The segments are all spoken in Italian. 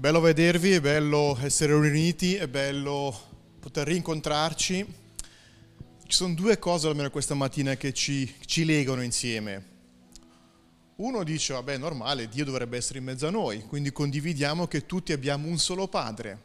bello vedervi, è bello essere riuniti, è bello poter rincontrarci. Ci sono due cose almeno questa mattina che ci legano insieme. Uno dice, vabbè, normale, Dio dovrebbe essere in mezzo a noi, quindi condividiamo che tutti abbiamo un solo Padre.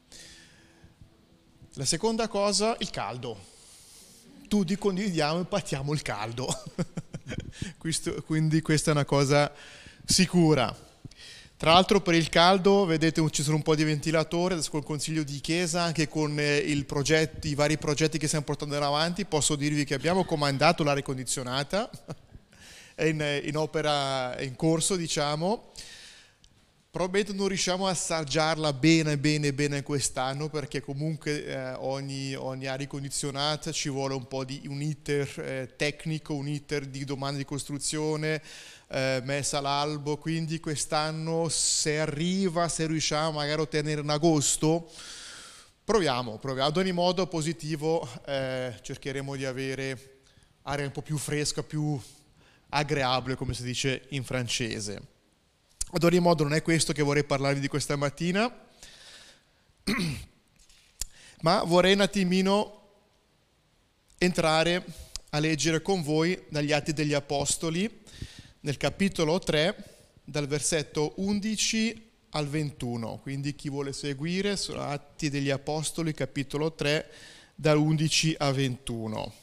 La seconda cosa, il caldo. Tutti condividiamo e pattiamo il caldo. Quindi questa è una cosa sicura. Tra l'altro per il caldo, vedete, ci sono un po' di ventilatori, adesso col consiglio di chiesa, anche con i vari progetti che stiamo portando avanti, posso dirvi che abbiamo comandato l'aria condizionata, è in opera, è in corso, diciamo. Probabilmente non riusciamo a assaggiarla bene quest'anno, perché comunque ogni aria condizionata ci vuole un po' di un iter tecnico, un iter di domande di costruzione, messa all'albo, quindi quest'anno se riusciamo magari a ottenere in agosto, proviamo, ad ogni modo positivo, cercheremo di avere aria un po' più fresca, più agréable, come si dice in francese. Ad ogni modo non è questo che vorrei parlarvi di questa mattina, ma vorrei un attimino entrare a leggere con voi dagli Atti degli Apostoli, nel capitolo 3, dal versetto 11 al 21. Quindi chi vuole seguire sono Atti degli Apostoli, capitolo 3, da 11 a 21.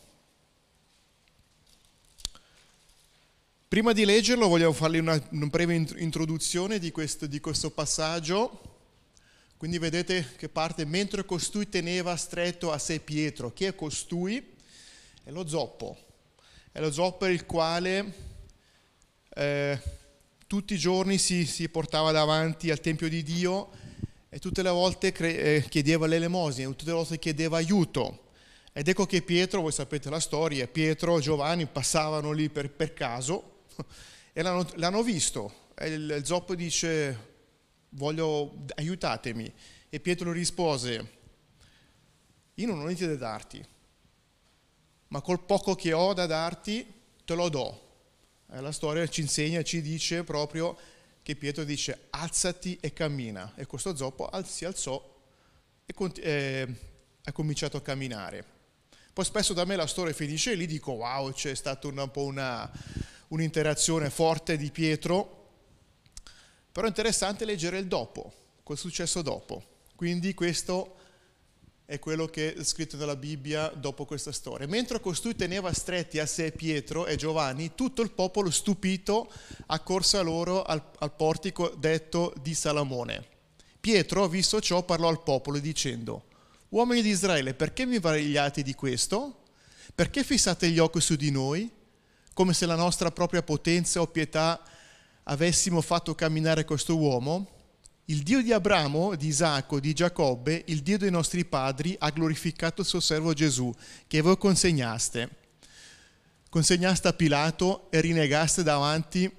Prima di leggerlo vogliamo farvi una breve introduzione di questo passaggio. Quindi vedete che parte: mentre costui teneva stretto a sé Pietro. Chi è costui? È lo zoppo. È lo zoppo il quale tutti i giorni si portava davanti al Tempio di Dio e tutte le volte chiedeva l'elemosina, tutte le volte chiedeva aiuto. Ed ecco che Pietro, voi sapete la storia, Pietro e Giovanni passavano lì per caso e l'hanno visto. E il zoppo dice: aiutatemi. E Pietro rispose: io non ho niente da darti, ma col poco che ho da darti te lo do. La storia ci insegna, ci dice proprio che Pietro dice: alzati e cammina. E questo zoppo si alzò e ha cominciato a camminare. Poi spesso da me la storia finisce lì, dico wow, c'è stata un po' un'interazione forte di Pietro, però è interessante leggere il dopo, quel successo dopo. Quindi questo è quello che è scritto nella Bibbia dopo questa storia. Mentre costui teneva stretti a sé Pietro e Giovanni, tutto il popolo stupito accorse a loro al portico detto di Salomone. Pietro, visto ciò, parlò al popolo dicendo: uomini di Israele, perché vi meravigliate di questo? Perché fissate gli occhi su di noi, come se la nostra propria potenza o pietà avessimo fatto camminare questo uomo? Il Dio di Abramo, di Isacco, di Giacobbe, il Dio dei nostri padri, ha glorificato il suo servo Gesù, che voi consegnaste a Pilato e rinegaste davanti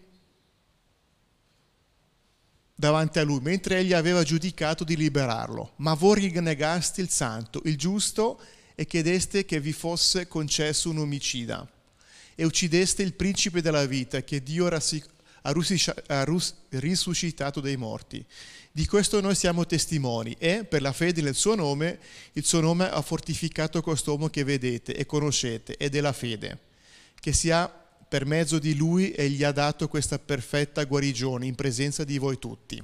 a lui, mentre egli aveva giudicato di liberarlo. Ma voi rinnegaste il santo, il giusto, e chiedeste che vi fosse concesso un omicida. E uccideste il principe della vita, che Dio ha risuscitato dai morti. Di questo noi siamo testimoni e, per la fede nel suo nome, il suo nome ha fortificato quest'uomo che vedete e conoscete, ed è la fede, che si ha per mezzo di lui e gli ha dato questa perfetta guarigione in presenza di voi tutti.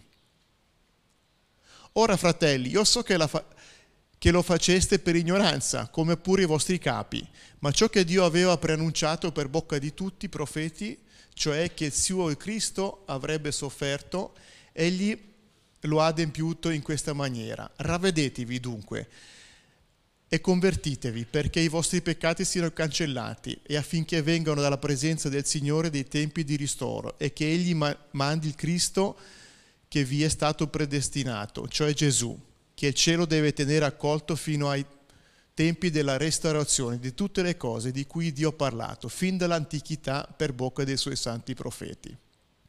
Ora, fratelli, io so che lo faceste per ignoranza, come pure i vostri capi, ma ciò che Dio aveva preannunciato per bocca di tutti i profeti, cioè che il suo Cristo avrebbe sofferto, egli lo ha adempiuto in questa maniera. Ravvedetevi dunque e convertitevi, perché i vostri peccati siano cancellati, e affinché vengano dalla presenza del Signore dei tempi di ristoro, e che egli mandi il Cristo che vi è stato predestinato, cioè Gesù, che il cielo deve tenere accolto fino ai tempi della restaurazione di tutte le cose di cui Dio ha parlato, fin dall'antichità per bocca dei suoi santi profeti.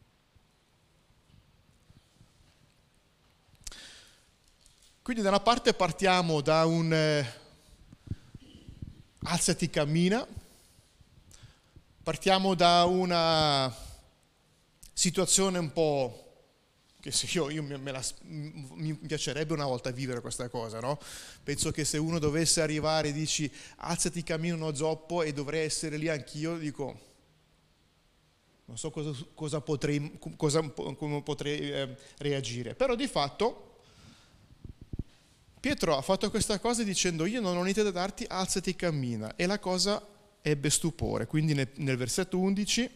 Quindi da una parte partiamo da un alzati, cammina, partiamo da una situazione un po' che se mi piacerebbe una volta vivere questa cosa, no? Penso che se uno dovesse arrivare e dici alzati, cammina uno zoppo e dovrei essere lì anch'io, dico non so come potrei reagire. Però di fatto Pietro ha fatto questa cosa dicendo io non ho niente da darti, alzati e cammina, e la cosa ebbe stupore. Quindi nel versetto 11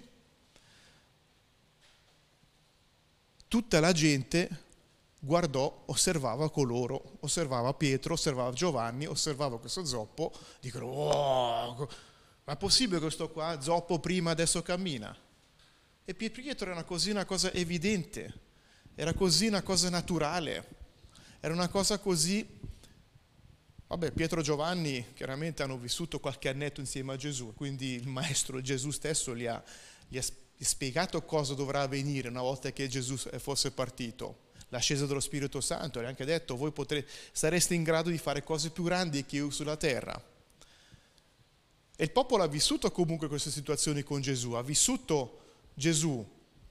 tutta la gente guardò, osservava coloro, osservava Pietro, osservava Giovanni, osservava questo zoppo, dicono oh, ma è possibile questo qua, zoppo prima, adesso cammina? E Pietro era così una cosa evidente, era così una cosa naturale, era una cosa così. Vabbè, Pietro e Giovanni chiaramente hanno vissuto qualche annetto insieme a Gesù, quindi il maestro, Gesù stesso, gli ha spiegato cosa dovrà avvenire una volta che Gesù fosse partito. L'ascesa dello Spirito Santo, gli ha anche detto voi sareste in grado di fare cose più grandi che io sulla terra. E il popolo ha vissuto comunque queste situazioni con Gesù, ha vissuto Gesù,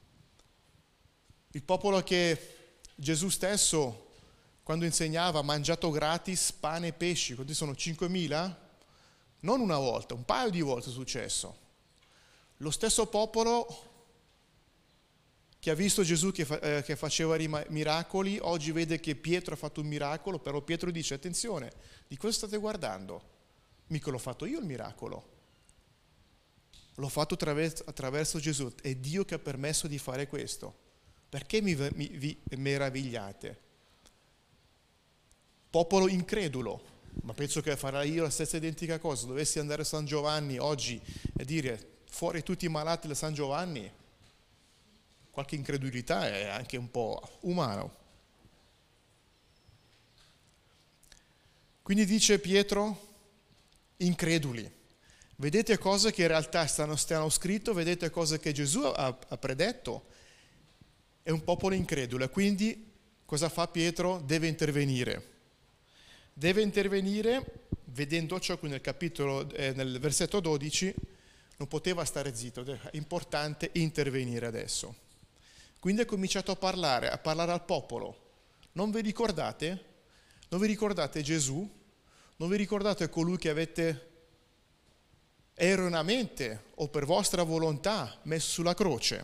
il popolo che Gesù stesso quando insegnava ha mangiato gratis pane e pesci, quanti sono? 5.000? Non una volta, un paio di volte è successo. Lo stesso popolo che ha visto Gesù che faceva miracoli, oggi vede che Pietro ha fatto un miracolo, però Pietro dice attenzione, di cosa state guardando? Mica l'ho fatto io il miracolo. L'ho fatto attraverso Gesù, è Dio che ha permesso di fare questo. Perché vi meravigliate? Popolo incredulo, ma penso che farei io la stessa identica cosa. Dovessi andare a San Giovanni oggi e dire fuori tutti i malati da San Giovanni, qualche incredulità è anche un po' umano. Quindi dice Pietro, increduli. Vedete cose che in realtà stanno scritto, vedete cose che Gesù ha predetto. È un popolo incredulo, quindi cosa fa Pietro? Deve intervenire. Deve intervenire, vedendo ciò qui nel versetto 12, non poteva stare zitto, è importante intervenire adesso. Quindi ha cominciato a parlare al popolo. Non vi ricordate? Non vi ricordate Gesù? Non vi ricordate colui che avete erroneamente o per vostra volontà messo sulla croce?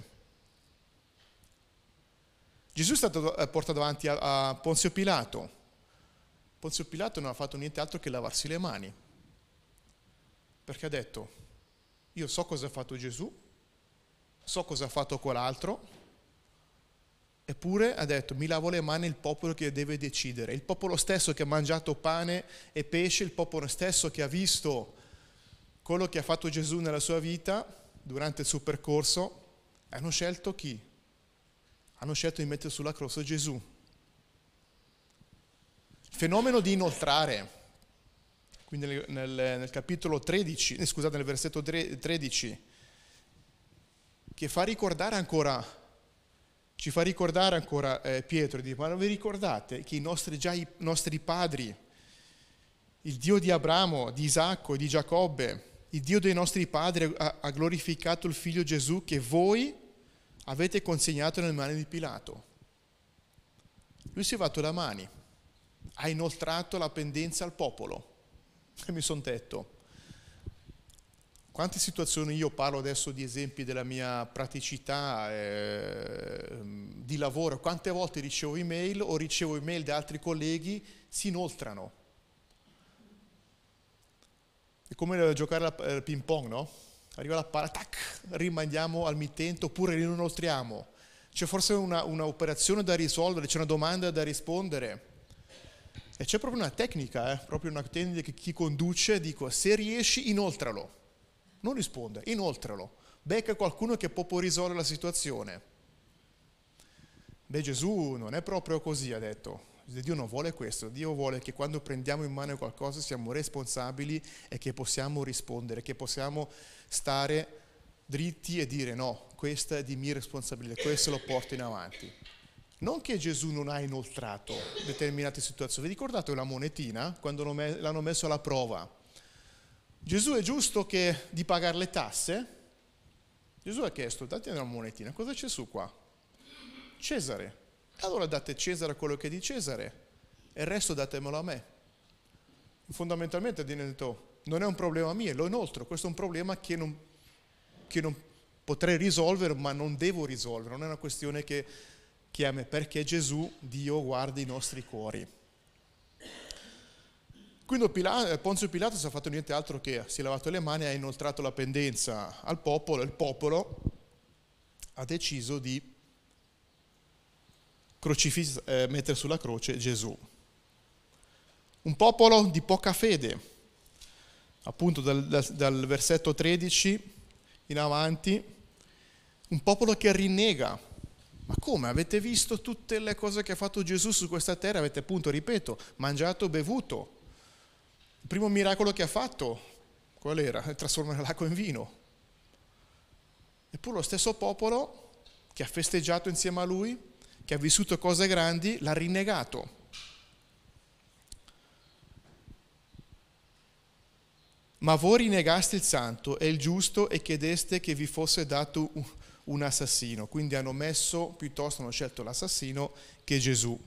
Gesù è stato portato davanti a Ponzio Pilato. Ponzio Pilato non ha fatto niente altro che lavarsi le mani, perché ha detto, io so cosa ha fatto Gesù, so cosa ha fatto quell'altro, eppure ha detto, mi lavo le mani il popolo che deve decidere, il popolo stesso che ha mangiato pane e pesce, il popolo stesso che ha visto quello che ha fatto Gesù nella sua vita, durante il suo percorso, hanno scelto chi? Hanno scelto di mettere sulla croce Gesù. Il fenomeno di inoltrare, quindi nel capitolo 13, scusate, nel versetto 13, che ci fa ricordare ancora Pietro, dice, ma non vi ricordate che i nostri padri, il Dio di Abramo, di Isacco e di Giacobbe, il Dio dei nostri padri ha glorificato il figlio Gesù che voi avete consegnato nelle mani di Pilato. Lui si è fatto le mani, ha inoltrato la pendenza al popolo. E mi sono detto, quante situazioni, io parlo adesso di esempi della mia praticità di lavoro, quante volte ricevo email o ricevo email da altri colleghi, si inoltrano. È come giocare al ping pong, no? Arriva la palla, tac, rimandiamo al mittente oppure rinoltriamo. C'è forse un'operazione da risolvere, c'è una domanda da rispondere. E c'è proprio una tecnica, proprio una tecnica che chi conduce, dico, se riesci, inoltralo. Non risponde, inoltralo. Becca qualcuno che può risolvere la situazione. Beh, Gesù non è proprio così, ha detto. Dio non vuole questo, Dio vuole che quando prendiamo in mano qualcosa siamo responsabili e che possiamo rispondere, che possiamo stare dritti e dire no, questa è di mia responsabilità, questo lo porto in avanti. Non che Gesù non ha inoltrato determinate situazioni. Vi ricordate una monetina quando l'hanno messo alla prova? Gesù è giusto di pagare le tasse? Gesù ha chiesto, date una monetina, cosa c'è su qua? Cesare. Allora date a Cesare quello che è di Cesare e il resto datemelo a me. Fondamentalmente ha detto, non è un problema mio, lo inoltre, questo è un problema che non potrei risolvere, ma non devo risolvere, non è una questione che a me, perché Gesù, Dio, guarda i nostri cuori. Quindi Ponzio Pilato non ha fatto niente altro che si è lavato le mani e ha inoltrato la pendenza al popolo, e il popolo ha deciso di mettere sulla croce Gesù. Un popolo di poca fede, appunto dal versetto 13 in avanti, un popolo che rinnega. Ma come? Avete visto tutte le cose che ha fatto Gesù su questa terra? Avete appunto, ripeto, mangiato, bevuto. Il primo miracolo che ha fatto, qual era? Trasformare l'acqua in vino. Eppure lo stesso popolo che ha festeggiato insieme a lui, che ha vissuto cose grandi, l'ha rinnegato. Ma voi rinnegaste il santo e il giusto e chiedeste che vi fosse dato un assassino. Quindi hanno scelto l'assassino che Gesù.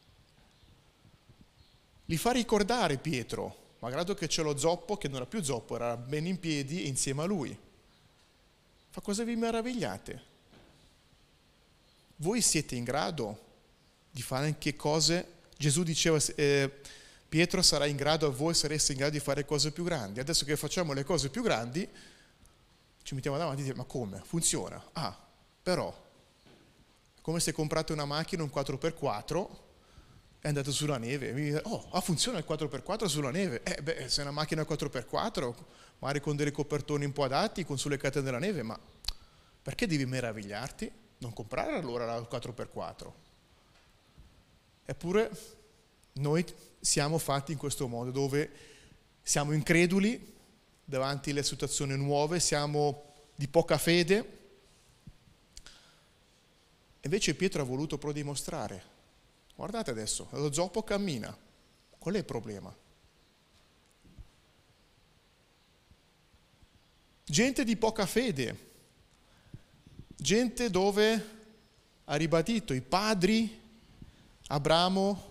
Li fa ricordare Pietro, malgrado che c'è lo zoppo, che non era più zoppo, era ben in piedi e insieme a lui. Fa, cosa vi meravigliate? Voi siete in grado di fare anche cose, Gesù diceva, Pietro sarà in grado, e voi sareste in grado di fare cose più grandi. Adesso che facciamo le cose più grandi, ci mettiamo davanti e diciamo, ma come? Funziona? Ah, però, è come se comprate una macchina, un 4x4, e andate sulla neve. Funziona il 4x4 sulla neve. Se è una macchina 4x4, magari con dei copertoni un po' adatti, con sulle catene della neve, ma perché devi meravigliarti? Non comprare allora la 4x4. Eppure noi siamo fatti in questo modo, dove siamo increduli davanti alle situazioni nuove, siamo di poca fede. Invece Pietro ha voluto però dimostrare. Guardate adesso, lo zoppo cammina. Qual è il problema? Gente di poca fede, gente dove ha ribadito i padri, Abramo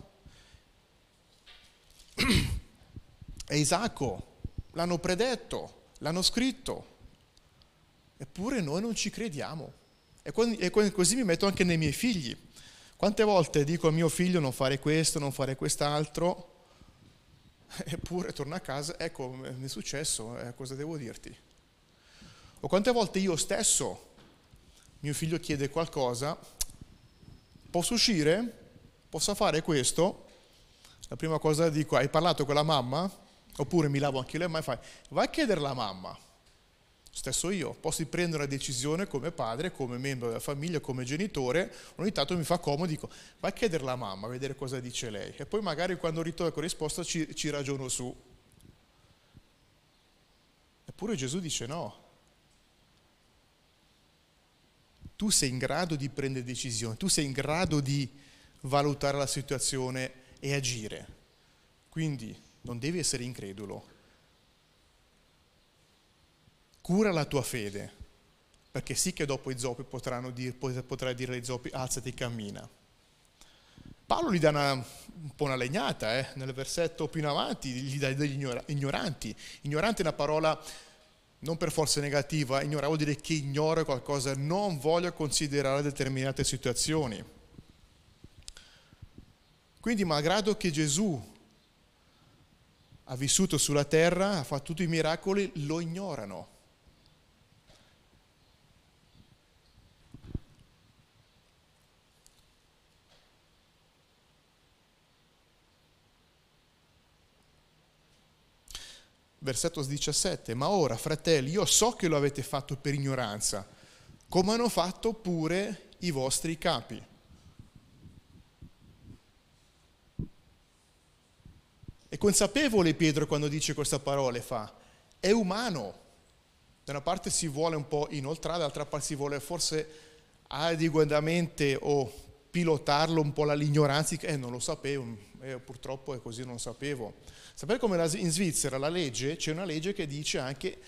e Isacco, l'hanno predetto, l'hanno scritto, eppure noi non ci crediamo. E così mi metto anche nei miei figli. Quante volte dico a mio figlio non fare questo, non fare quest'altro, eppure torno a casa, ecco, mi è successo, cosa devo dirti? O quante volte io stesso, mio figlio chiede qualcosa, posso uscire? Posso fare questo? La prima cosa dico, hai parlato con la mamma? Oppure mi lavo anche le mani e fai, vai a chiedere alla mamma. Stesso io, posso prendere una decisione come padre, come membro della famiglia, come genitore, ogni tanto mi fa comodo, dico, vai a chiedere alla mamma, a vedere cosa dice lei. E poi magari quando ritorno con risposta ci ragiono su. Eppure Gesù dice no. Tu sei in grado di prendere decisioni, tu sei in grado di valutare la situazione e agire. Quindi non devi essere incredulo. Cura la tua fede, perché sì che dopo i zoppi potrai dire ai zoppi alzati e cammina. Paolo gli dà un po' una legnata, nel versetto più in avanti gli dà degli ignoranti. Ignorante è una parola non per forza negativa, ignorare vuol dire che ignora qualcosa, non voglio considerare determinate situazioni. Quindi malgrado che Gesù ha vissuto sulla terra, ha fatto tutti i miracoli, lo ignorano. Versetto 17, ma ora, fratelli, io so che lo avete fatto per ignoranza, come hanno fatto pure i vostri capi. È consapevole Pietro quando dice questa parola, è umano. Da una parte si vuole un po' inoltrare, dall'altra parte si vuole forse adeguatamente o pilotarlo un po' l'ignoranza, non lo sapevo, purtroppo è così, non lo sapevo. Sapete come in Svizzera la legge, c'è una legge che dice anche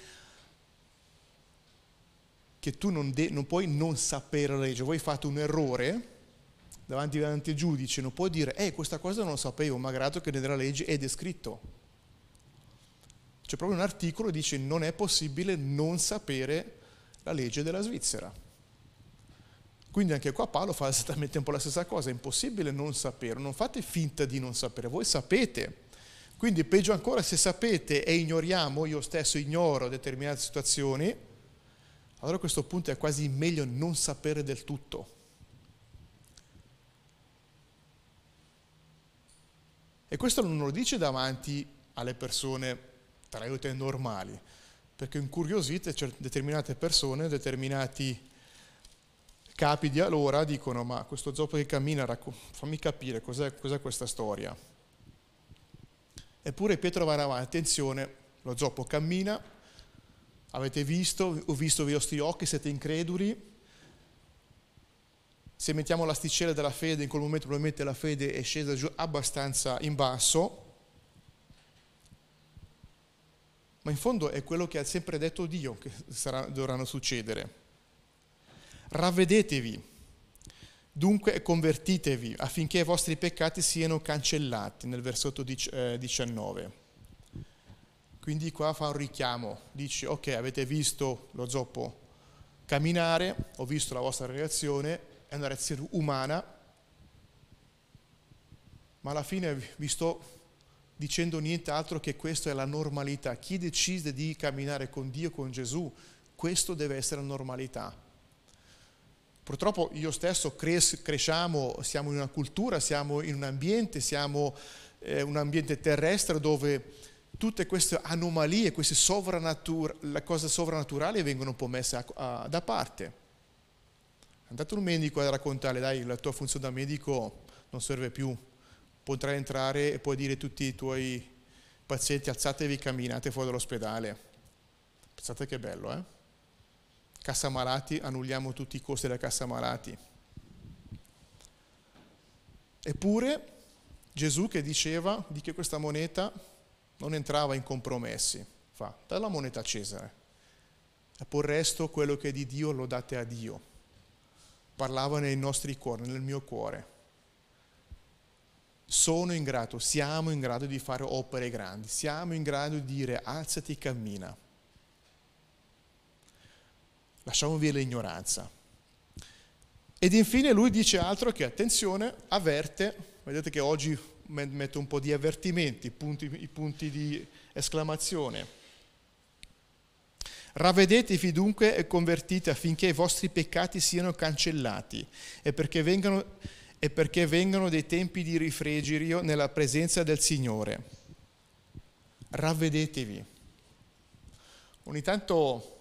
che tu non puoi non sapere la legge. Voi fate un errore davanti al giudice, non può dire questa cosa non lo sapevo, malgrado che nella legge è descritto. C'è proprio un articolo che dice non è possibile non sapere la legge della Svizzera. Quindi anche qua Paolo fa esattamente un po' la stessa cosa, è impossibile non sapere, non fate finta di non sapere, voi sapete. Quindi peggio ancora, se sapete e ignoriamo, io stesso ignoro determinate situazioni, allora a questo punto è quasi meglio non sapere del tutto. E questo non lo dice davanti alle persone, tra virgolette, normali, perché incuriosite determinate persone, determinati capi di allora dicono: ma questo zoppo che cammina, fammi capire cos'è questa storia. Eppure Pietro va avanti: attenzione, lo zoppo cammina, avete visto, ho visto i vostri occhi, siete increduli. Se mettiamo l'asticella della fede, in quel momento probabilmente la fede è scesa giù abbastanza in basso, ma in fondo è quello che ha sempre detto Dio che dovranno succedere. Ravvedetevi, dunque convertitevi, affinché i vostri peccati siano cancellati, nel versetto 19. Quindi qua fa un richiamo, dice: ok, avete visto lo zoppo camminare, ho visto la vostra reazione, è una reazione umana, ma alla fine vi sto dicendo nient'altro che questa è la normalità. Chi decide di camminare con Dio, con Gesù, questo deve essere la normalità. Purtroppo io stesso cresciamo, siamo in una cultura, siamo in un ambiente, siamo un ambiente terrestre dove tutte queste anomalie, queste le cose sovrannaturali vengono un po' messe da parte. Andate un medico a raccontare: dai, la tua funzione da medico non serve più, potrai entrare e puoi dire a tutti i tuoi pazienti: alzatevi, camminate fuori dall'ospedale. Pensate che bello, eh? Cassa malati, annulliamo tutti i costi della cassa malati. Eppure Gesù, che diceva di che questa moneta non entrava in compromessi, fa: dai la moneta a Cesare e poi il resto, quello che è di Dio, lo date a Dio. Parlava nei nostri cuori, nel mio cuore. Siamo in grado di fare opere grandi, siamo in grado di dire: alzati e cammina. Lasciamo via l'ignoranza. Ed infine lui dice altro che: attenzione, avverte. Vedete che oggi metto un po' di avvertimenti, i punti di esclamazione. Ravvedetevi dunque e convertite, affinché i vostri peccati siano cancellati e perché vengano dei tempi di rifrigerio nella presenza del Signore. Ravvedetevi. Ogni tanto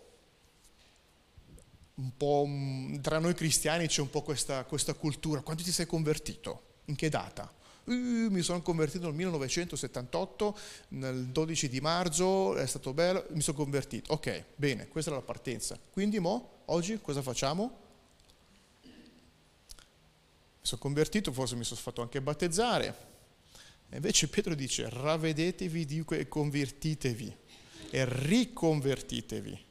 un po' tra noi cristiani c'è un po' questa cultura: quando ti sei convertito? In che data? Mi sono convertito nel 1978, nel 12 di marzo, è stato bello, mi sono convertito. Ok, bene, questa è la partenza. Quindi oggi cosa facciamo? Mi sono convertito, forse mi sono fatto anche battezzare. E invece Pietro dice: ravvedetevi, dico, e convertitevi, e riconvertitevi.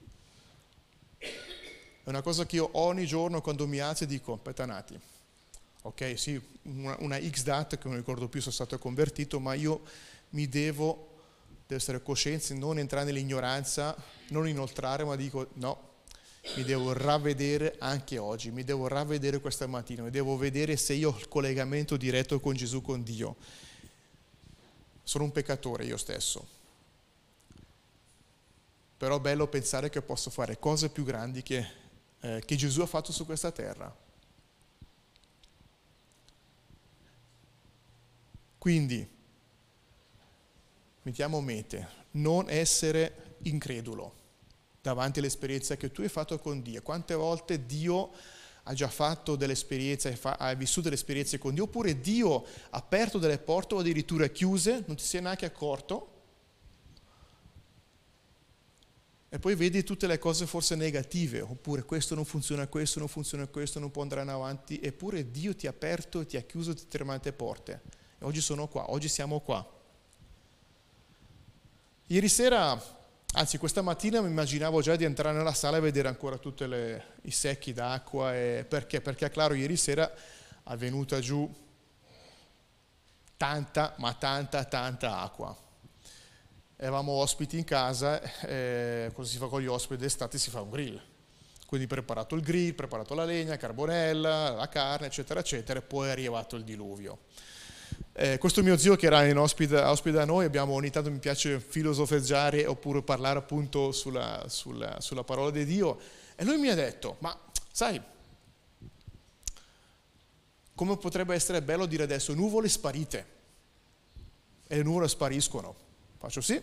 È una cosa che io ogni giorno quando mi alzo dico: aspetta un attimo. Ok, sì, una X data che non ricordo più, sono stato convertito, ma io devo essere cosciente, non entrare nell'ignoranza, non inoltrare, ma dico: no, mi devo ravvedere anche oggi, mi devo ravvedere questa mattina, mi devo vedere se io ho il collegamento diretto con Gesù, con Dio. Sono un peccatore io stesso, però è bello pensare che posso fare cose più grandi che Gesù ha fatto su questa terra. Quindi, mettiamo mete, non essere incredulo davanti all'esperienza che tu hai fatto con Dio. Quante volte Dio ha già fatto delle esperienze, hai vissuto delle esperienze con Dio, oppure Dio ha aperto delle porte o addirittura chiuse, non ti sei neanche accorto, e poi vedi tutte le cose forse negative, oppure questo non funziona, questo non può andare avanti, eppure Dio ti ha aperto, ti ha chiuso determinate porte. E oggi sono qua, oggi siamo qua. Ieri sera, anzi questa mattina, mi immaginavo già di entrare nella sala e vedere ancora tutti i secchi d'acqua. Perché? Perché, claro, ieri sera è venuta giù tanta, ma tanta acqua. Eravamo ospiti in casa, cosa si fa con gli ospiti d'estate? Si fa un grill. Quindi preparato il grill, preparato la legna, carbonella, la carne, eccetera, eccetera, e poi è arrivato il diluvio. Questo mio zio che era in ospite da noi, ogni tanto mi piace filosofeggiare oppure parlare appunto sulla parola di Dio, e lui mi ha detto, ma sai, come potrebbe essere bello dire adesso nuvole sparite, e le nuvole spariscono. Faccio sì.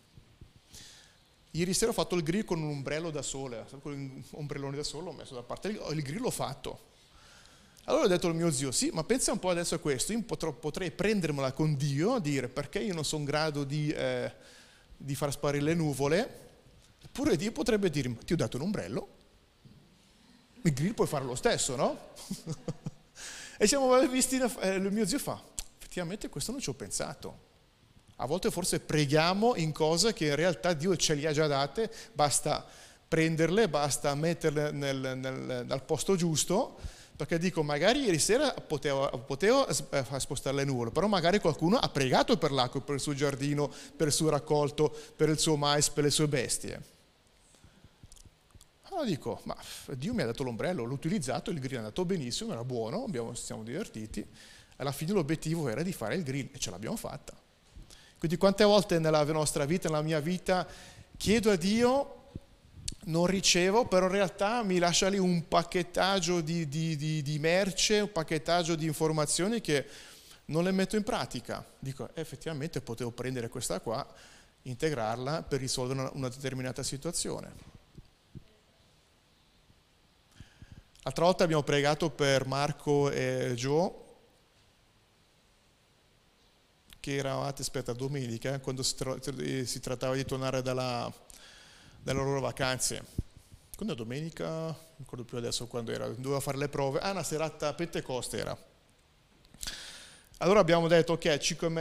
Ieri sera ho fatto il grill con un ombrello da sole, con un ombrellone da sole, l'ho messo da parte, il grill l'ho fatto. Allora ho detto al mio zio, sì, ma pensa un po' adesso a questo, io potrei prendermela con Dio, dire perché io non sono in grado di far sparire le nuvole, eppure Dio potrebbe dirmi, ti ho dato un ombrello, il grill puoi fare lo stesso, no? E siamo visti, il mio zio fa, effettivamente questo non ci ho pensato. A volte forse preghiamo in cose che in realtà Dio ce le ha già date, basta prenderle, basta metterle al posto giusto, perché dico, magari ieri sera potevo spostare le nuvole, però magari qualcuno ha pregato per l'acqua, per il suo giardino, per il suo raccolto, per il suo mais, per le sue bestie. Allora dico, ma Dio mi ha dato l'ombrello, l'ho utilizzato, il grill è andato benissimo, era buono, ci siamo divertiti, alla fine l'obiettivo era di fare il grill e ce l'abbiamo fatta. Quindi quante volte nella nostra vita, nella mia vita, chiedo a Dio, non ricevo, però in realtà mi lascia lì un pacchettaggio di merce, un pacchettaggio di informazioni che non le metto in pratica. Dico, effettivamente potevo prendere questa qua, integrarla per risolvere una determinata situazione. L'altra volta abbiamo pregato per Marco e Joe, che eravate, domenica, quando si trattava di tornare dalle loro vacanze. Quando è domenica? Non ricordo più adesso quando era, doveva fare le prove. Una serata a Pentecoste era. Allora abbiamo detto, ok,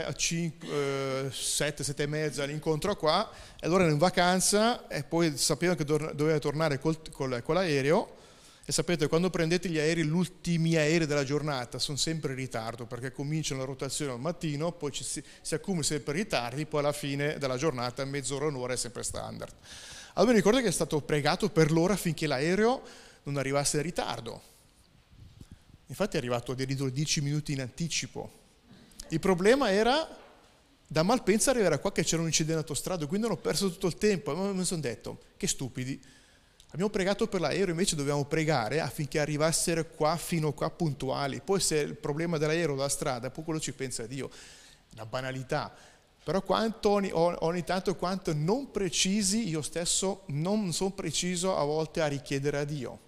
7 e mezza l'incontro qua, e allora ero in vacanza e poi sapevo che doveva tornare con l'aereo. E sapete, quando prendete gli aerei, gli ultimi aerei della giornata sono sempre in ritardo, perché cominciano la rotazione al mattino, poi si accumulano sempre i ritardi, poi alla fine della giornata, mezz'ora, un'ora è sempre standard. Allora mi ricordo che è stato pregato per l'ora affinché l'aereo non arrivasse in ritardo. Infatti è arrivato addirittura 10 minuti in anticipo. Il problema era, da Malpensa arrivare qua che c'era un incidente autostrada, quindi hanno perso tutto il tempo. E mi sono detto, che stupidi. Abbiamo pregato per l'aereo, invece dobbiamo pregare affinché arrivassero qua fino a qua puntuali. Poi se il problema dell'aereo o della strada, poi quello ci pensa Dio. Una banalità. Però ogni tanto quanto non precisi, io stesso non sono preciso a volte a richiedere a Dio.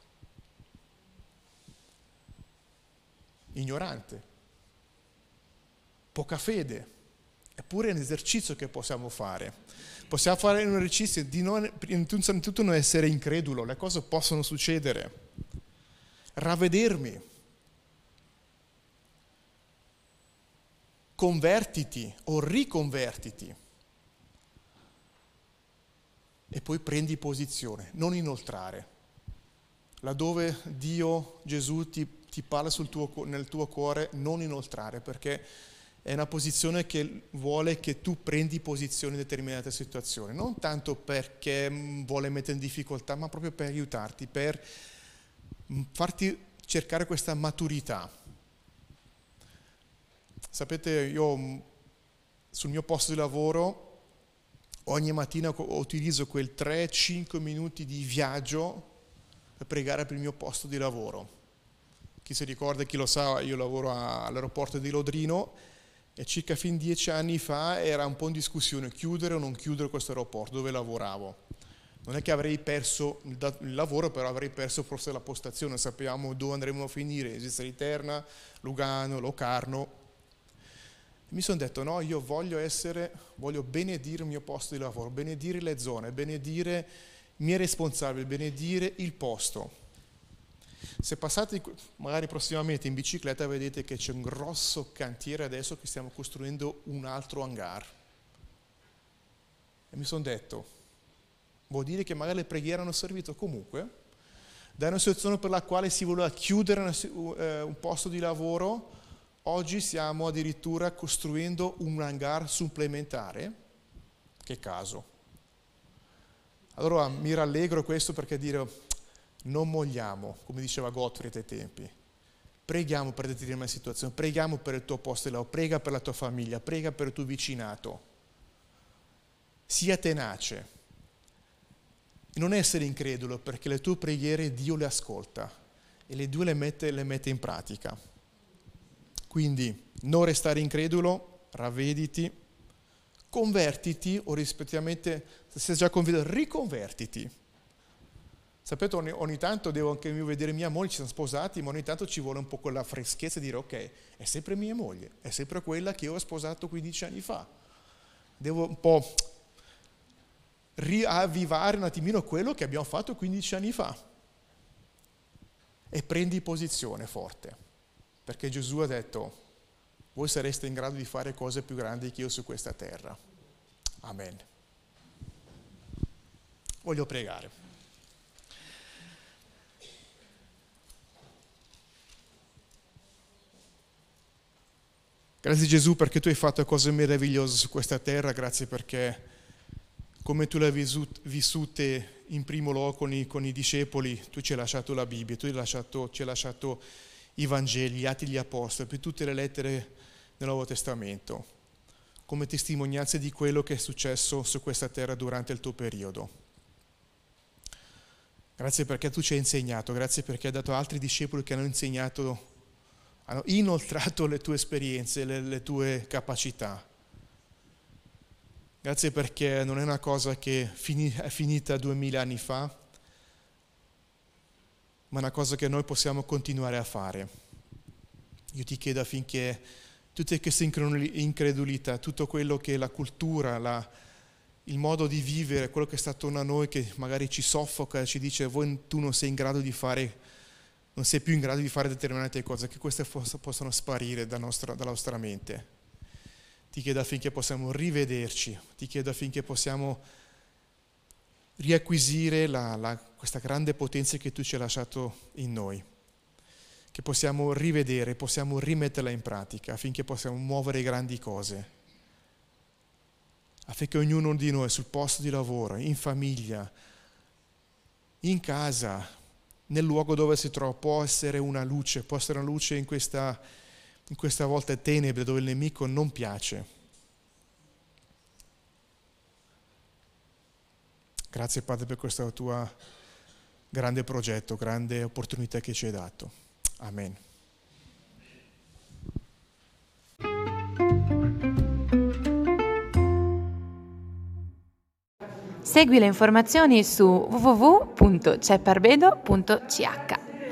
Ignorante. Poca fede. Eppure è un esercizio che possiamo fare. Possiamo fare un esercizio di innanzitutto non essere incredulo, le cose possono succedere. Ravvedermi. Convertiti o riconvertiti. E poi prendi posizione, non inoltrare. Laddove Dio, Gesù ti parla nel tuo cuore, non inoltrare, perché è una posizione che vuole che tu prendi posizione in determinate situazioni, non tanto perché vuole mettere in difficoltà, ma proprio per aiutarti, per farti cercare questa maturità. Sapete, io sul mio posto di lavoro ogni mattina utilizzo quel 3-5 minuti di viaggio per pregare per il mio posto di lavoro. Chi si ricorda, chi lo sa, io lavoro all'aeroporto di Lodrino, e circa fin 10 anni fa era un po' in discussione chiudere o non chiudere questo aeroporto dove lavoravo. Non è che avrei perso il lavoro, però avrei perso forse la postazione, sappiamo dove andremo a finire, esiste Terna, Lugano, Locarno. Mi sono detto, no, io voglio benedire il mio posto di lavoro, benedire le zone, benedire i miei responsabili, benedire il posto. Se passate magari prossimamente in bicicletta vedete che c'è un grosso cantiere adesso che stiamo costruendo un altro hangar. E mi sono detto, vuol dire che magari le preghiere hanno servito comunque? Da una situazione per la quale si voleva chiudere un posto di lavoro, oggi stiamo addirittura costruendo un hangar supplementare. Che caso. Allora mi rallegro questo perché dire non molliamo, come diceva Gottfried ai tempi. Preghiamo per determinate situazioni, preghiamo per il tuo posto di lavoro, prega per la tua famiglia, prega per il tuo vicinato. Sia tenace. Non essere incredulo, perché le tue preghiere Dio le ascolta e le due le mette in pratica. Quindi non restare incredulo, ravvediti, convertiti o rispettivamente, se sei già convinto, riconvertiti. Sapete, ogni tanto devo anche io vedere mia moglie, ci siamo sposati, ma ogni tanto ci vuole un po' quella freschezza di dire ok, è sempre mia moglie, è sempre quella che io ho sposato 15 anni fa. Devo un po' riavvivare un attimino quello che abbiamo fatto 15 anni fa. E prendi posizione forte, perché Gesù ha detto, voi sareste in grado di fare cose più grandi che io su questa terra. Amen. Voglio pregare. Grazie Gesù perché tu hai fatto cose meravigliose su questa terra, grazie perché come tu le hai vissute in primo luogo con i discepoli, tu ci hai lasciato la Bibbia, tu ci hai lasciato i Vangeli, gli Atti degli Apostoli, per tutte le lettere del Nuovo Testamento, come testimonianze di quello che è successo su questa terra durante il tuo periodo. Grazie perché tu ci hai insegnato, grazie perché hai dato altri discepoli che hanno insegnato, hanno inoltrato le tue esperienze, le tue capacità. Grazie perché non è una cosa che è finita 2000 anni fa, ma è una cosa che noi possiamo continuare a fare. Io ti chiedo affinché tutte queste incredulità, tutto quello che è la cultura, il modo di vivere, quello che sta attorno a noi, che magari ci soffoca, ci dice tu non sei in grado di fare, non sei più in grado di fare determinate cose, che queste possano sparire dalla nostra mente. Ti chiedo affinché possiamo rivederci, ti chiedo affinché possiamo riacquisire questa grande potenza che tu ci hai lasciato in noi, che possiamo rivedere, possiamo rimetterla in pratica, affinché possiamo muovere grandi cose, affinché ognuno di noi sul posto di lavoro, in famiglia, in casa, nel luogo dove si trova, può essere una luce in questa volta tenebre dove il nemico non piace. Grazie Padre per questo tuo grande progetto, grande opportunità che ci hai dato. Amen. Segui le informazioni su www.cepparbedo.ch.